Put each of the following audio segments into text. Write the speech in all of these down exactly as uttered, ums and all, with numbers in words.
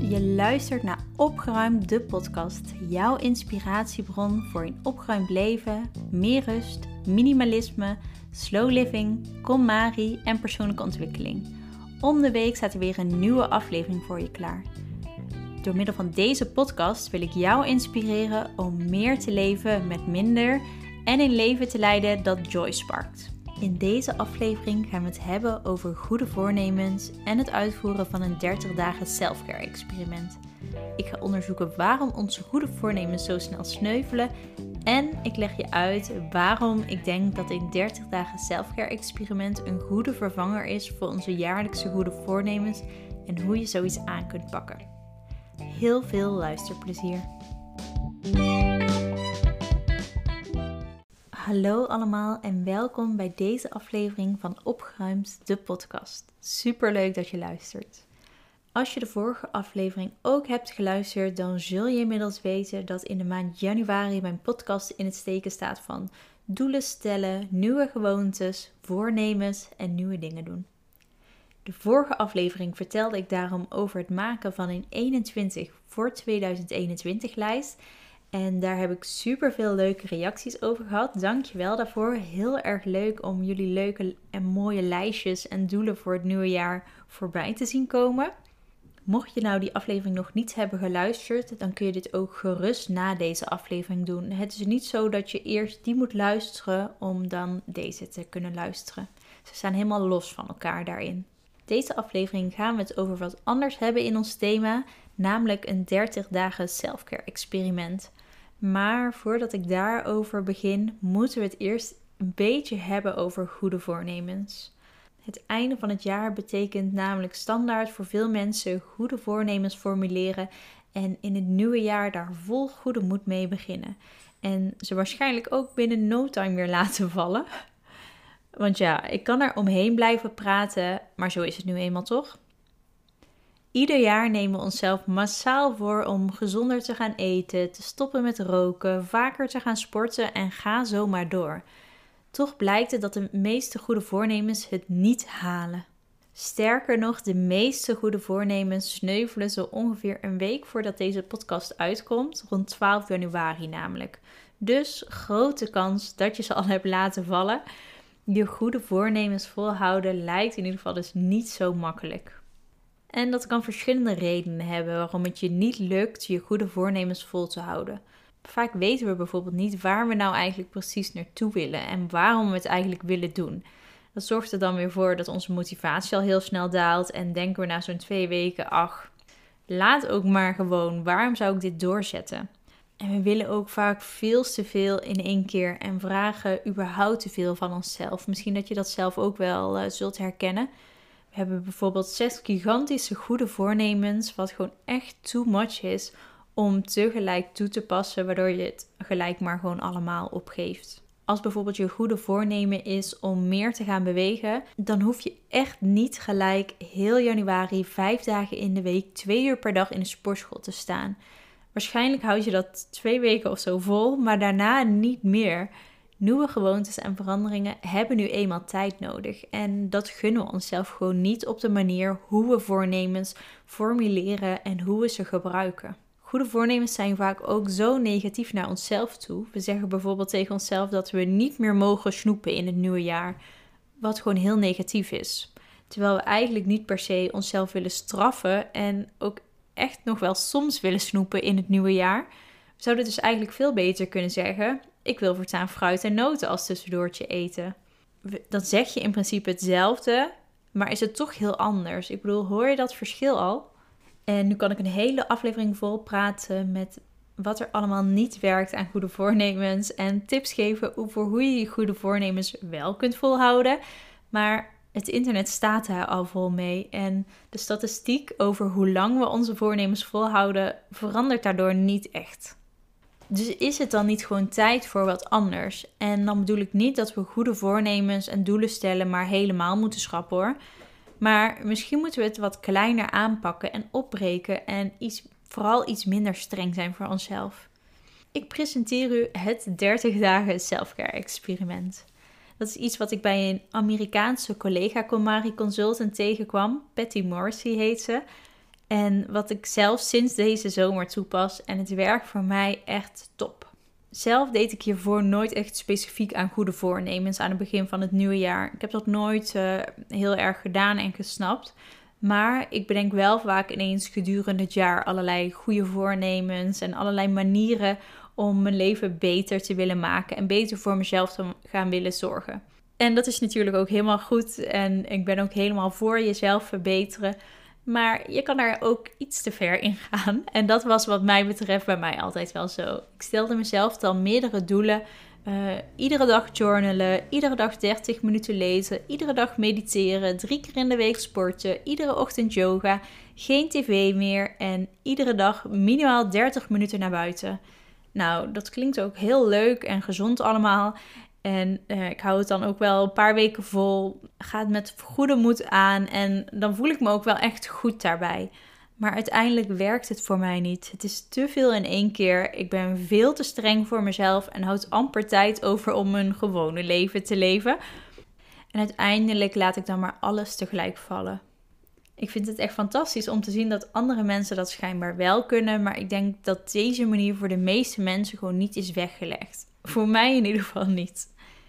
Je luistert naar Opgeruimd, de podcast. Jouw inspiratiebron voor een opgeruimd leven, meer rust, minimalisme, slow living, KonMari en persoonlijke ontwikkeling. Om de week staat er weer een nieuwe aflevering voor je klaar. Door middel van deze podcast wil ik jou inspireren om meer te leven met minder en een leven te leiden dat joy sparkt. In deze aflevering gaan we het hebben over goede voornemens en het uitvoeren van een dertig dagen selfcare experiment. Ik ga onderzoeken waarom onze goede voornemens zo snel sneuvelen en ik leg je uit waarom ik denk dat een dertig dagen selfcare experiment een goede vervanger is voor onze jaarlijkse goede voornemens en hoe je zoiets aan kunt pakken. Heel veel luisterplezier! Hallo allemaal en welkom bij deze aflevering van Opgeruimd, de podcast. Super leuk dat je luistert. Als je de vorige aflevering ook hebt geluisterd, dan zul je inmiddels weten dat in de maand januari mijn podcast in het teken staat van doelen stellen, nieuwe gewoontes, voornemens en nieuwe dingen doen. De vorige aflevering vertelde ik daarom over het maken van een eenentwintig voor tweeduizend eenentwintig lijst. En daar heb ik super veel leuke reacties over gehad. Dankjewel daarvoor. Heel erg leuk om jullie leuke en mooie lijstjes en doelen voor het nieuwe jaar voorbij te zien komen. Mocht je nou die aflevering nog niet hebben geluisterd, dan kun je dit ook gerust na deze aflevering doen. Het is niet zo dat je eerst die moet luisteren om dan deze te kunnen luisteren. Ze staan helemaal los van elkaar daarin. Deze aflevering gaan we het over wat anders hebben in ons thema, namelijk een dertig dagen selfcare experiment. Maar voordat ik daarover begin, moeten we het eerst een beetje hebben over goede voornemens. Het einde van het jaar betekent namelijk standaard voor veel mensen goede voornemens formuleren en in het nieuwe jaar daar vol goede moed mee beginnen. En ze waarschijnlijk ook binnen no time weer laten vallen. Want ja, ik kan er omheen blijven praten, maar zo is het nu eenmaal toch? Ieder jaar nemen we onszelf massaal voor om gezonder te gaan eten, te stoppen met roken, vaker te gaan sporten en ga zo maar door. Toch blijkt het dat de meeste goede voornemens het niet halen. Sterker nog, de meeste goede voornemens sneuvelen zo ongeveer een week voordat deze podcast uitkomt, rond twaalf januari namelijk. Dus grote kans dat je ze al hebt laten vallen. Je goede voornemens volhouden lijkt in ieder geval dus niet zo makkelijk. En dat kan verschillende redenen hebben waarom het je niet lukt je goede voornemens vol te houden. Vaak weten we bijvoorbeeld niet waar we nou eigenlijk precies naartoe willen en waarom we het eigenlijk willen doen. Dat zorgt er dan weer voor dat onze motivatie al heel snel daalt en denken we na zo'n twee weken, ach, laat ook maar gewoon, waarom zou ik dit doorzetten? En we willen ook vaak veel te veel in één keer en vragen überhaupt te veel van onszelf. Misschien dat je dat zelf ook wel uh, zult herkennen. We hebben bijvoorbeeld zes gigantische goede voornemens, wat gewoon echt too much is om tegelijk toe te passen, waardoor je het gelijk maar gewoon allemaal opgeeft. Als bijvoorbeeld je goede voornemen is om meer te gaan bewegen, dan hoef je echt niet gelijk heel januari, vijf dagen in de week, twee uur per dag in de sportschool te staan. Waarschijnlijk houd je dat twee weken of zo vol, maar daarna niet meer. Nieuwe gewoontes en veranderingen hebben nu eenmaal tijd nodig. En dat gunnen we onszelf gewoon niet op de manier hoe we voornemens formuleren en hoe we ze gebruiken. Goede voornemens zijn vaak ook zo negatief naar onszelf toe. We zeggen bijvoorbeeld tegen onszelf dat we niet meer mogen snoepen in het nieuwe jaar. Wat gewoon heel negatief is. Terwijl we eigenlijk niet per se onszelf willen straffen en ook echt nog wel soms willen snoepen in het nieuwe jaar. We zouden dus eigenlijk veel beter kunnen zeggen, ik wil voortaan fruit en noten als tussendoortje eten. Dan zeg je in principe hetzelfde, maar is het toch heel anders. Ik bedoel, hoor je dat verschil al? En nu kan ik een hele aflevering vol praten met wat er allemaal niet werkt aan goede voornemens en tips geven voor hoe je je goede voornemens wel kunt volhouden. Maar het internet staat daar al vol mee en de statistiek over hoe lang we onze voornemens volhouden verandert daardoor niet echt. Dus is het dan niet gewoon tijd voor wat anders? En dan bedoel ik niet dat we goede voornemens en doelen stellen maar helemaal moeten schrappen hoor. Maar misschien moeten we het wat kleiner aanpakken en opbreken en iets, vooral iets minder streng zijn voor onszelf. Ik presenteer u het dertig dagen selfcare experiment. Dat is iets wat ik bij een Amerikaanse collega KonMari consultant tegenkwam. Patty Morrissey heet ze. En wat ik zelf sinds deze zomer toepas en het werkt voor mij echt top. Zelf deed ik hiervoor nooit echt specifiek aan goede voornemens aan het begin van het nieuwe jaar. Ik heb dat nooit uh, heel erg gedaan en gesnapt. Maar ik bedenk wel vaak ineens gedurende het jaar allerlei goede voornemens en allerlei manieren om mijn leven beter te willen maken en beter voor mezelf te gaan willen zorgen. En dat is natuurlijk ook helemaal goed en ik ben ook helemaal voor jezelf verbeteren. Maar je kan daar ook iets te ver in gaan. En dat was wat mij betreft bij mij altijd wel zo. Ik stelde mezelf dan meerdere doelen. Uh, iedere dag journalen, iedere dag dertig minuten lezen, iedere dag mediteren, drie keer in de week sporten, iedere ochtend yoga, geen tv meer en iedere dag minimaal dertig minuten naar buiten. Nou, dat klinkt ook heel leuk en gezond allemaal. En uh, ik hou het dan ook wel een paar weken vol. Ga het met goede moed aan. En dan voel ik me ook wel echt goed daarbij. Maar uiteindelijk werkt het voor mij niet. Het is te veel in één keer. Ik ben veel te streng voor mezelf. En houd amper tijd over om een gewone leven te leven. En uiteindelijk laat ik dan maar alles tegelijk vallen. Ik vind het echt fantastisch om te zien dat andere mensen dat schijnbaar wel kunnen. Maar ik denk dat deze manier voor de meeste mensen gewoon niet is weggelegd. Voor mij in ieder geval niet.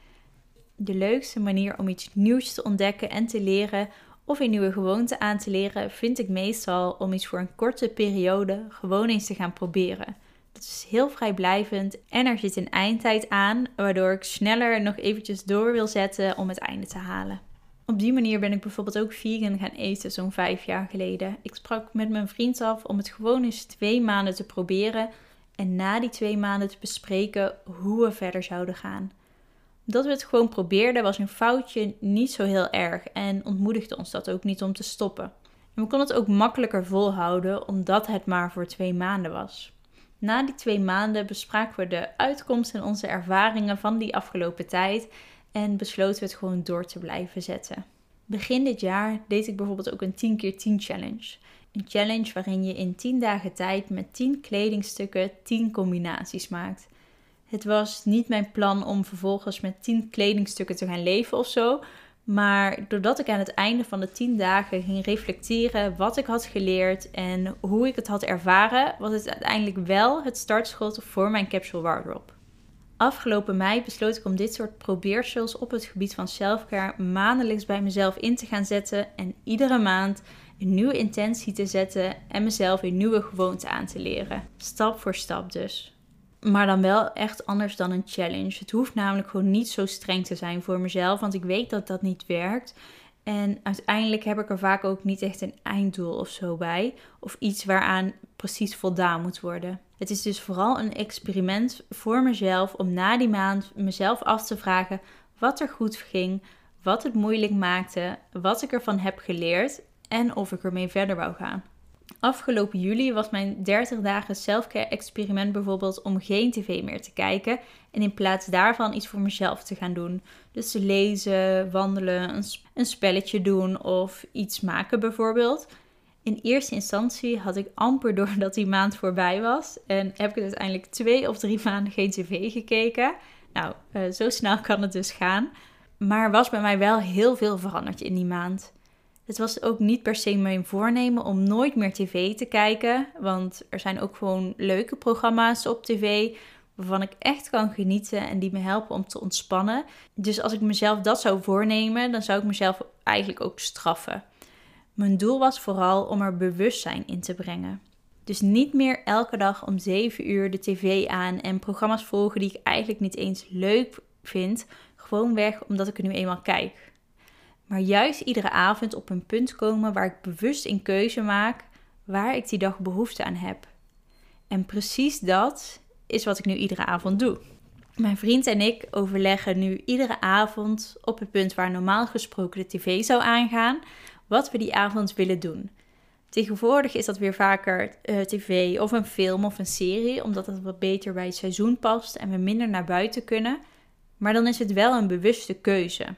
De leukste manier om iets nieuws te ontdekken en te leren of een nieuwe gewoonte aan te leren vind ik meestal om iets voor een korte periode gewoon eens te gaan proberen. Dat is heel vrijblijvend en er zit een eindtijd aan waardoor ik sneller nog eventjes door wil zetten om het einde te halen. Op die manier ben ik bijvoorbeeld ook vegan gaan eten zo'n vijf jaar geleden. Ik sprak met mijn vriend af om het gewoon eens twee maanden te proberen en na die twee maanden te bespreken hoe we verder zouden gaan. Dat we het gewoon probeerden was een foutje niet zo heel erg en ontmoedigde ons dat ook niet om te stoppen. En we konden het ook makkelijker volhouden omdat het maar voor twee maanden was. Na die twee maanden bespraken we de uitkomsten en onze ervaringen van die afgelopen tijd en besloten we het gewoon door te blijven zetten. Begin dit jaar deed ik bijvoorbeeld ook een tien keer tien challenge. Een challenge waarin je in tien dagen tijd met tien kledingstukken tien combinaties maakt. Het was niet mijn plan om vervolgens met tien kledingstukken te gaan leven of zo. Maar doordat ik aan het einde van de tien dagen ging reflecteren wat ik had geleerd en hoe ik het had ervaren, was het uiteindelijk wel het startschot voor mijn capsule wardrobe. Afgelopen mei besloot ik om dit soort probeersels op het gebied van selfcare maandelijks bij mezelf in te gaan zetten en iedere maand een nieuwe intentie te zetten en mezelf een nieuwe gewoonte aan te leren. Stap voor stap dus. Maar dan wel echt anders dan een challenge. Het hoeft namelijk gewoon niet zo streng te zijn voor mezelf, want ik weet dat dat niet werkt. En uiteindelijk heb ik er vaak ook niet echt een einddoel of zo bij. Of iets waaraan precies voldaan moet worden. Het is dus vooral een experiment voor mezelf om na die maand mezelf af te vragen wat er goed ging, wat het moeilijk maakte, wat ik ervan heb geleerd en of ik ermee verder wou gaan. Afgelopen juli was mijn dertig dagen selfcare experiment bijvoorbeeld om geen tv meer te kijken en in plaats daarvan iets voor mezelf te gaan doen. Dus lezen, wandelen, een, sp- een spelletje doen of iets maken bijvoorbeeld. In eerste instantie had ik amper door dat die maand voorbij was en heb ik het uiteindelijk twee of drie maanden geen tv gekeken. Nou, uh, zo snel kan het dus gaan. Maar er was bij mij wel heel veel veranderd in die maand. Het was ook niet per se mijn voornemen om nooit meer tv te kijken. Want er zijn ook gewoon leuke programma's op tv waarvan ik echt kan genieten en die me helpen om te ontspannen. Dus als ik mezelf dat zou voornemen, dan zou ik mezelf eigenlijk ook straffen. Mijn doel was vooral om er bewustzijn in te brengen. Dus niet meer elke dag om zeven uur de tv aan en programma's volgen die ik eigenlijk niet eens leuk vind. Gewoonweg omdat ik er nu eenmaal kijk. Maar juist iedere avond op een punt komen waar ik bewust een keuze maak waar ik die dag behoefte aan heb. En precies dat is wat ik nu iedere avond doe. Mijn vriend en ik overleggen nu iedere avond op het punt waar normaal gesproken de tv zou aangaan, wat we die avond willen doen. Tegenwoordig is dat weer vaker uh, tv of een film of een serie, omdat het wat beter bij het seizoen past en we minder naar buiten kunnen. Maar dan is het wel een bewuste keuze.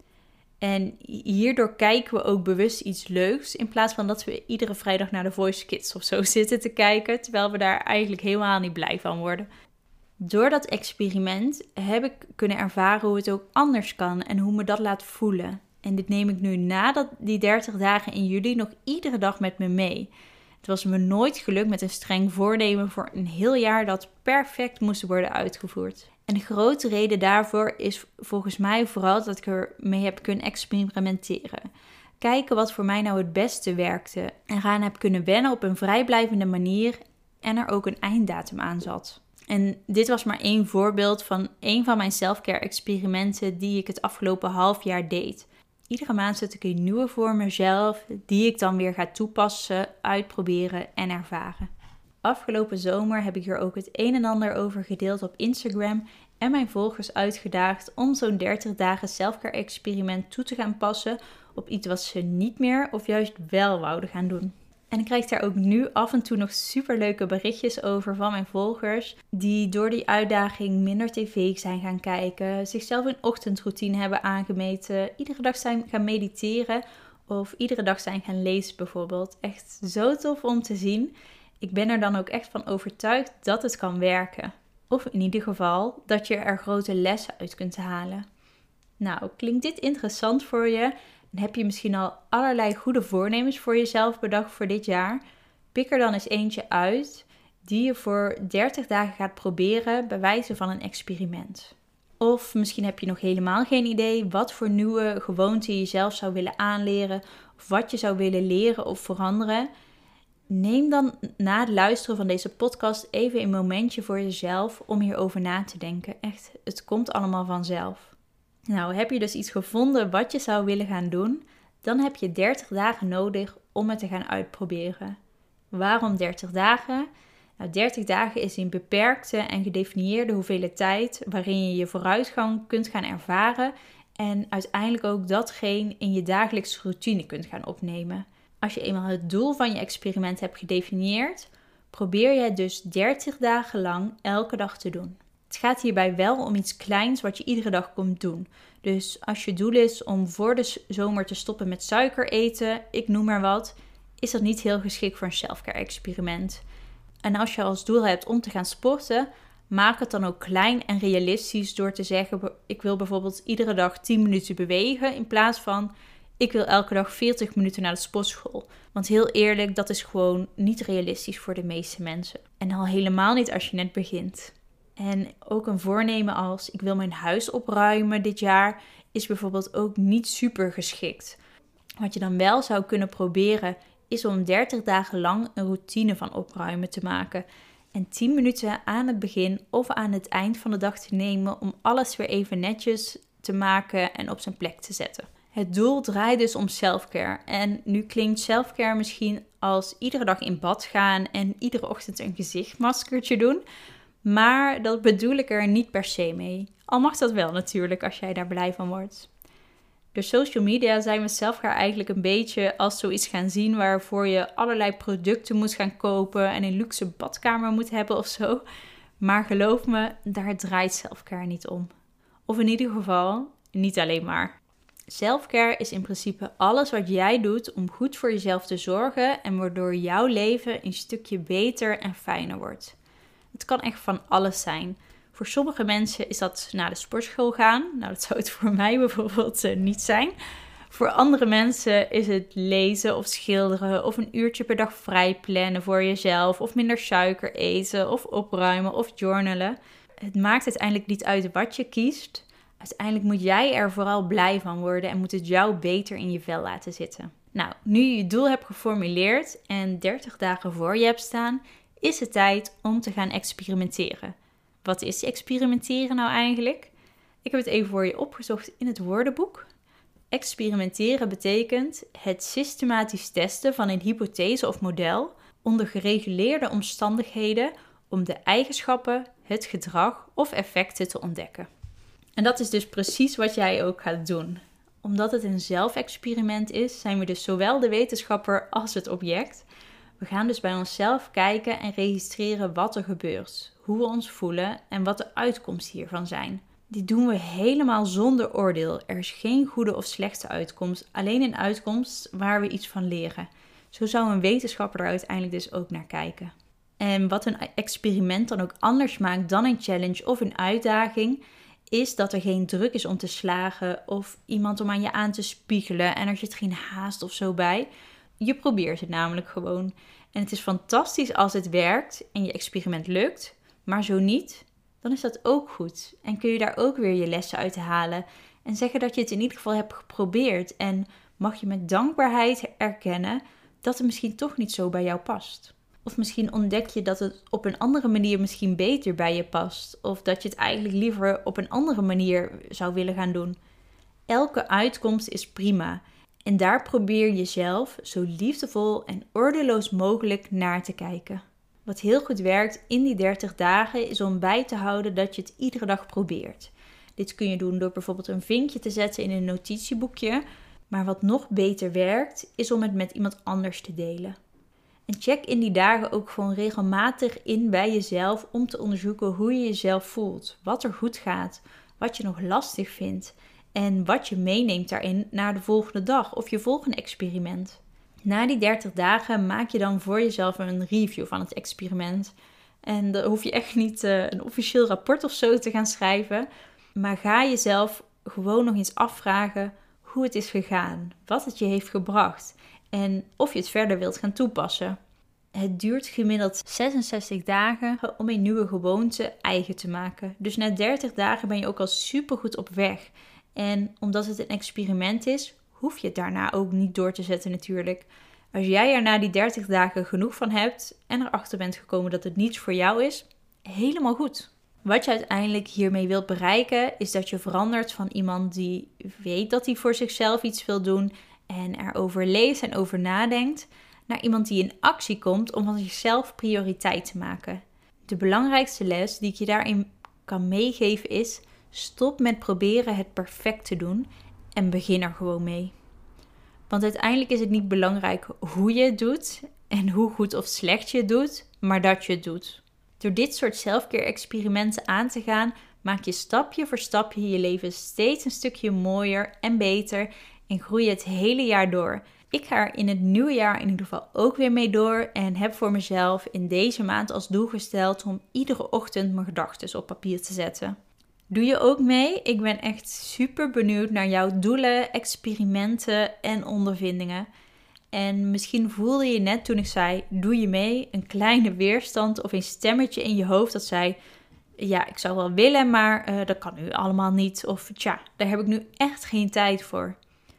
En hierdoor kijken we ook bewust iets leuks, in plaats van dat we iedere vrijdag naar de Voice Kids of zo zitten te kijken, terwijl we daar eigenlijk helemaal niet blij van worden. Door dat experiment heb ik kunnen ervaren hoe het ook anders kan en hoe me dat laat voelen. En dit neem ik nu na dat, die dertig dagen in juli nog iedere dag met me mee. Het was me nooit gelukt met een streng voornemen voor een heel jaar dat perfect moest worden uitgevoerd. En de grote reden daarvoor is volgens mij vooral dat ik ermee heb kunnen experimenteren. Kijken wat voor mij nou het beste werkte. En eraan heb kunnen wennen op een vrijblijvende manier en er ook een einddatum aan zat. En dit was maar één voorbeeld van één van mijn selfcare experimenten die ik het afgelopen half jaar deed. Iedere maand zet ik een nieuwe voor mezelf die ik dan weer ga toepassen, uitproberen en ervaren. Afgelopen zomer heb ik hier ook het een en ander over gedeeld op Instagram en mijn volgers uitgedaagd om zo'n dertig dagen selfcare experiment toe te gaan passen op iets wat ze niet meer of juist wel wouden gaan doen. En ik krijg daar ook nu af en toe nog superleuke berichtjes over van mijn volgers die door die uitdaging minder tv zijn gaan kijken, zichzelf een ochtendroutine hebben aangemeten, iedere dag zijn gaan mediteren of iedere dag zijn gaan lezen bijvoorbeeld. Echt zo tof om te zien. Ik ben er dan ook echt van overtuigd dat het kan werken. Of in ieder geval dat je er grote lessen uit kunt halen. Nou, klinkt dit interessant voor je? En heb je misschien al allerlei goede voornemens voor jezelf bedacht voor dit jaar? Pik er dan eens eentje uit die je voor dertig dagen gaat proberen bij wijze van een experiment. Of misschien heb je nog helemaal geen idee wat voor nieuwe gewoonten je zelf zou willen aanleren of wat je zou willen leren of veranderen. Neem dan na het luisteren van deze podcast even een momentje voor jezelf om hierover na te denken. Echt, het komt allemaal vanzelf. Nou, heb je dus iets gevonden wat je zou willen gaan doen, dan heb je dertig dagen nodig om het te gaan uitproberen. Waarom dertig dagen? Nou, dertig dagen is een beperkte en gedefinieerde hoeveelheid tijd waarin je je vooruitgang kunt gaan ervaren en uiteindelijk ook datgene in je dagelijkse routine kunt gaan opnemen. Als je eenmaal het doel van je experiment hebt gedefinieerd, probeer je het dus dertig dagen lang elke dag te doen. Het gaat hierbij wel om iets kleins wat je iedere dag kunt doen. Dus als je doel is om voor de zomer te stoppen met suiker eten, ik noem maar wat, is dat niet heel geschikt voor een selfcare experiment. En als je als doel hebt om te gaan sporten, maak het dan ook klein en realistisch door te zeggen, ik wil bijvoorbeeld iedere dag tien minuten bewegen in plaats van ik wil elke dag veertig minuten naar de sportschool. Want heel eerlijk, dat is gewoon niet realistisch voor de meeste mensen. En al helemaal niet als je net begint. En ook een voornemen als ik wil mijn huis opruimen dit jaar is bijvoorbeeld ook niet super geschikt. Wat je dan wel zou kunnen proberen is om dertig dagen lang een routine van opruimen te maken. En tien minuten aan het begin of aan het eind van de dag te nemen om alles weer even netjes te maken en op zijn plek te zetten. Het doel draait dus om selfcare. En nu klinkt selfcare misschien als iedere dag in bad gaan en iedere ochtend een gezichtmaskertje doen. Maar dat bedoel ik er niet per se mee. Al mag dat wel natuurlijk als jij daar blij van wordt. Door social media zijn we selfcare eigenlijk een beetje als zoiets gaan zien waarvoor je allerlei producten moet gaan kopen en een luxe badkamer moet hebben of zo. Maar geloof me, daar draait selfcare niet om. Of in ieder geval, niet alleen maar. Selfcare is in principe alles wat jij doet om goed voor jezelf te zorgen en waardoor jouw leven een stukje beter en fijner wordt. Het kan echt van alles zijn. Voor sommige mensen is dat naar de sportschool gaan. Nou, dat zou het voor mij bijvoorbeeld uh, niet zijn. Voor andere mensen is het lezen of schilderen of een uurtje per dag vrij plannen voor jezelf. Of minder suiker eten of opruimen of journalen. Het maakt uiteindelijk niet uit wat je kiest. Uiteindelijk moet jij er vooral blij van worden en moet het jou beter in je vel laten zitten. Nou, nu je je doel hebt geformuleerd en dertig dagen voor je hebt staan, is het tijd om te gaan experimenteren. Wat is experimenteren nou eigenlijk? Ik heb het even voor je opgezocht in het woordenboek. Experimenteren betekent het systematisch testen van een hypothese of model onder gereguleerde omstandigheden om de eigenschappen, het gedrag of effecten te ontdekken. En dat is dus precies wat jij ook gaat doen. Omdat het een zelfexperiment is, zijn we dus zowel de wetenschapper als het object. We gaan dus bij onszelf kijken en registreren wat er gebeurt, hoe we ons voelen en wat de uitkomsten hiervan zijn. Dit doen we helemaal zonder oordeel. Er is geen goede of slechte uitkomst, alleen een uitkomst waar we iets van leren. Zo zou een wetenschapper er uiteindelijk dus ook naar kijken. En wat een experiment dan ook anders maakt dan een challenge of een uitdaging, is dat er geen druk is om te slagen of iemand om aan je aan te spiegelen en er zit geen haast of zo bij. Je probeert het namelijk gewoon. En het is fantastisch als het werkt en je experiment lukt. Maar zo niet, dan is dat ook goed. En kun je daar ook weer je lessen uit halen. En zeggen dat je het in ieder geval hebt geprobeerd. En mag je met dankbaarheid erkennen dat het misschien toch niet zo bij jou past. Of misschien ontdek je dat het op een andere manier misschien beter bij je past. Of dat je het eigenlijk liever op een andere manier zou willen gaan doen. Elke uitkomst is prima. En daar probeer je zelf zo liefdevol en oordeelloos mogelijk naar te kijken. Wat heel goed werkt in die dertig dagen is om bij te houden dat je het iedere dag probeert. Dit kun je doen door bijvoorbeeld een vinkje te zetten in een notitieboekje. Maar wat nog beter werkt is om het met iemand anders te delen. En check in die dagen ook gewoon regelmatig in bij jezelf om te onderzoeken hoe je jezelf voelt. Wat er goed gaat, wat je nog lastig vindt en wat je meeneemt daarin naar de volgende dag of je volgende experiment. Na die dertig dagen maak je dan voor jezelf een review van het experiment. En dan hoef je echt niet uh, een officieel rapport of zo te gaan schrijven. Maar ga jezelf gewoon nog eens afvragen hoe het is gegaan. Wat het je heeft gebracht. En of je het verder wilt gaan toepassen. Het duurt gemiddeld zesenzestig dagen om een nieuwe gewoonte eigen te maken. Dus na dertig dagen ben je ook al supergoed op weg. En omdat het een experiment is, hoef je het daarna ook niet door te zetten natuurlijk. Als jij er na die dertig dagen genoeg van hebt en erachter bent gekomen dat het niets voor jou is, helemaal goed. Wat je uiteindelijk hiermee wilt bereiken is dat je verandert van iemand die weet dat hij voor zichzelf iets wil doen en erover leest en over nadenkt, naar iemand die in actie komt om van zichzelf prioriteit te maken. De belangrijkste les die ik je daarin kan meegeven is: stop met proberen het perfect te doen en begin er gewoon mee. Want uiteindelijk is het niet belangrijk hoe je het doet en hoe goed of slecht je het doet, maar dat je het doet. Door dit soort selfcare-experimenten aan te gaan, maak je stapje voor stapje je leven steeds een stukje mooier en beter en groei je het hele jaar door. Ik ga er in het nieuwe jaar in ieder geval ook weer mee door en heb voor mezelf in deze maand als doel gesteld om iedere ochtend mijn gedachten op papier te zetten. Doe je ook mee? Ik ben echt super benieuwd naar jouw doelen, experimenten en ondervindingen. En misschien voelde je net toen ik zei, doe je mee, een kleine weerstand of een stemmetje in je hoofd dat zei, ja, ik zou wel willen, maar uh, dat kan nu allemaal niet. Of tja, daar heb ik nu echt geen tijd voor.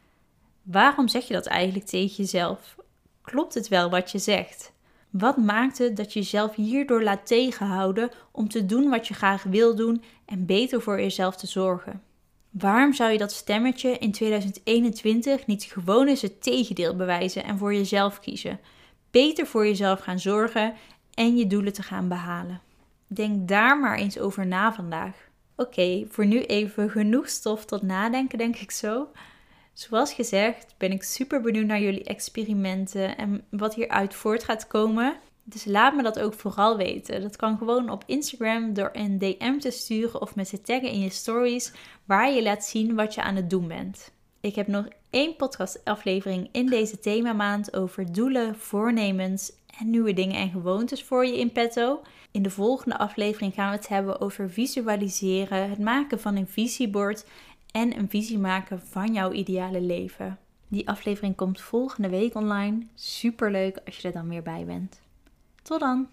Waarom zeg je dat eigenlijk tegen jezelf? Klopt het wel wat je zegt? Wat maakt het dat je jezelf hierdoor laat tegenhouden om te doen wat je graag wil doen en beter voor jezelf te zorgen? Waarom zou je dat stemmetje in tweeduizend eenentwintig niet gewoon eens het tegendeel bewijzen en voor jezelf kiezen? Beter voor jezelf gaan zorgen en je doelen te gaan behalen. Denk daar maar eens over na vandaag. Oké, okay, voor nu even genoeg stof tot nadenken, denk ik zo. Zoals gezegd ben ik super benieuwd naar jullie experimenten en wat hieruit voort gaat komen. Dus laat me dat ook vooral weten. Dat kan gewoon op Instagram door een D M te sturen of met te taggen in je stories waar je laat zien wat je aan het doen bent. Ik heb nog één podcastaflevering in deze themamaand over doelen, voornemens en nieuwe dingen en gewoontes voor je in petto. In de volgende aflevering gaan we het hebben over visualiseren, het maken van een visiebord en een visie maken van jouw ideale leven. Die aflevering komt volgende week online. Super leuk als je er dan weer bij bent. Tot dan!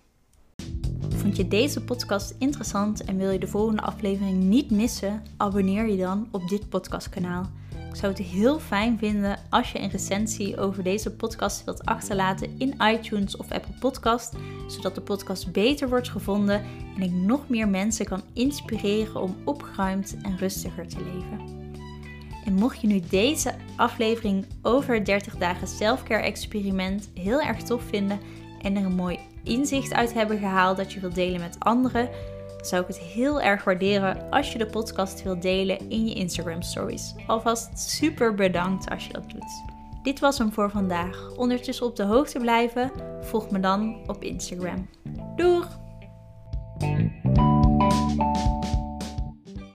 Vond je deze podcast interessant en wil je de volgende aflevering niet missen? Abonneer je dan op dit podcastkanaal. Ik zou het heel fijn vinden als je een recensie over deze podcast wilt achterlaten in iTunes of Apple Podcast, zodat de podcast beter wordt gevonden en ik nog meer mensen kan inspireren om opgeruimd en rustiger te leven. En mocht je nu deze aflevering over het dertig dagen selfcare experiment heel erg tof vinden en er een mooi inzicht uit hebben gehaald dat je wilt delen met anderen, zou ik het heel erg waarderen als je de podcast wilt delen in je Instagram stories. Alvast super bedankt als je dat doet. Dit was hem voor vandaag. Ondertussen op de hoogte blijven, volg me dan op Instagram. Doeg!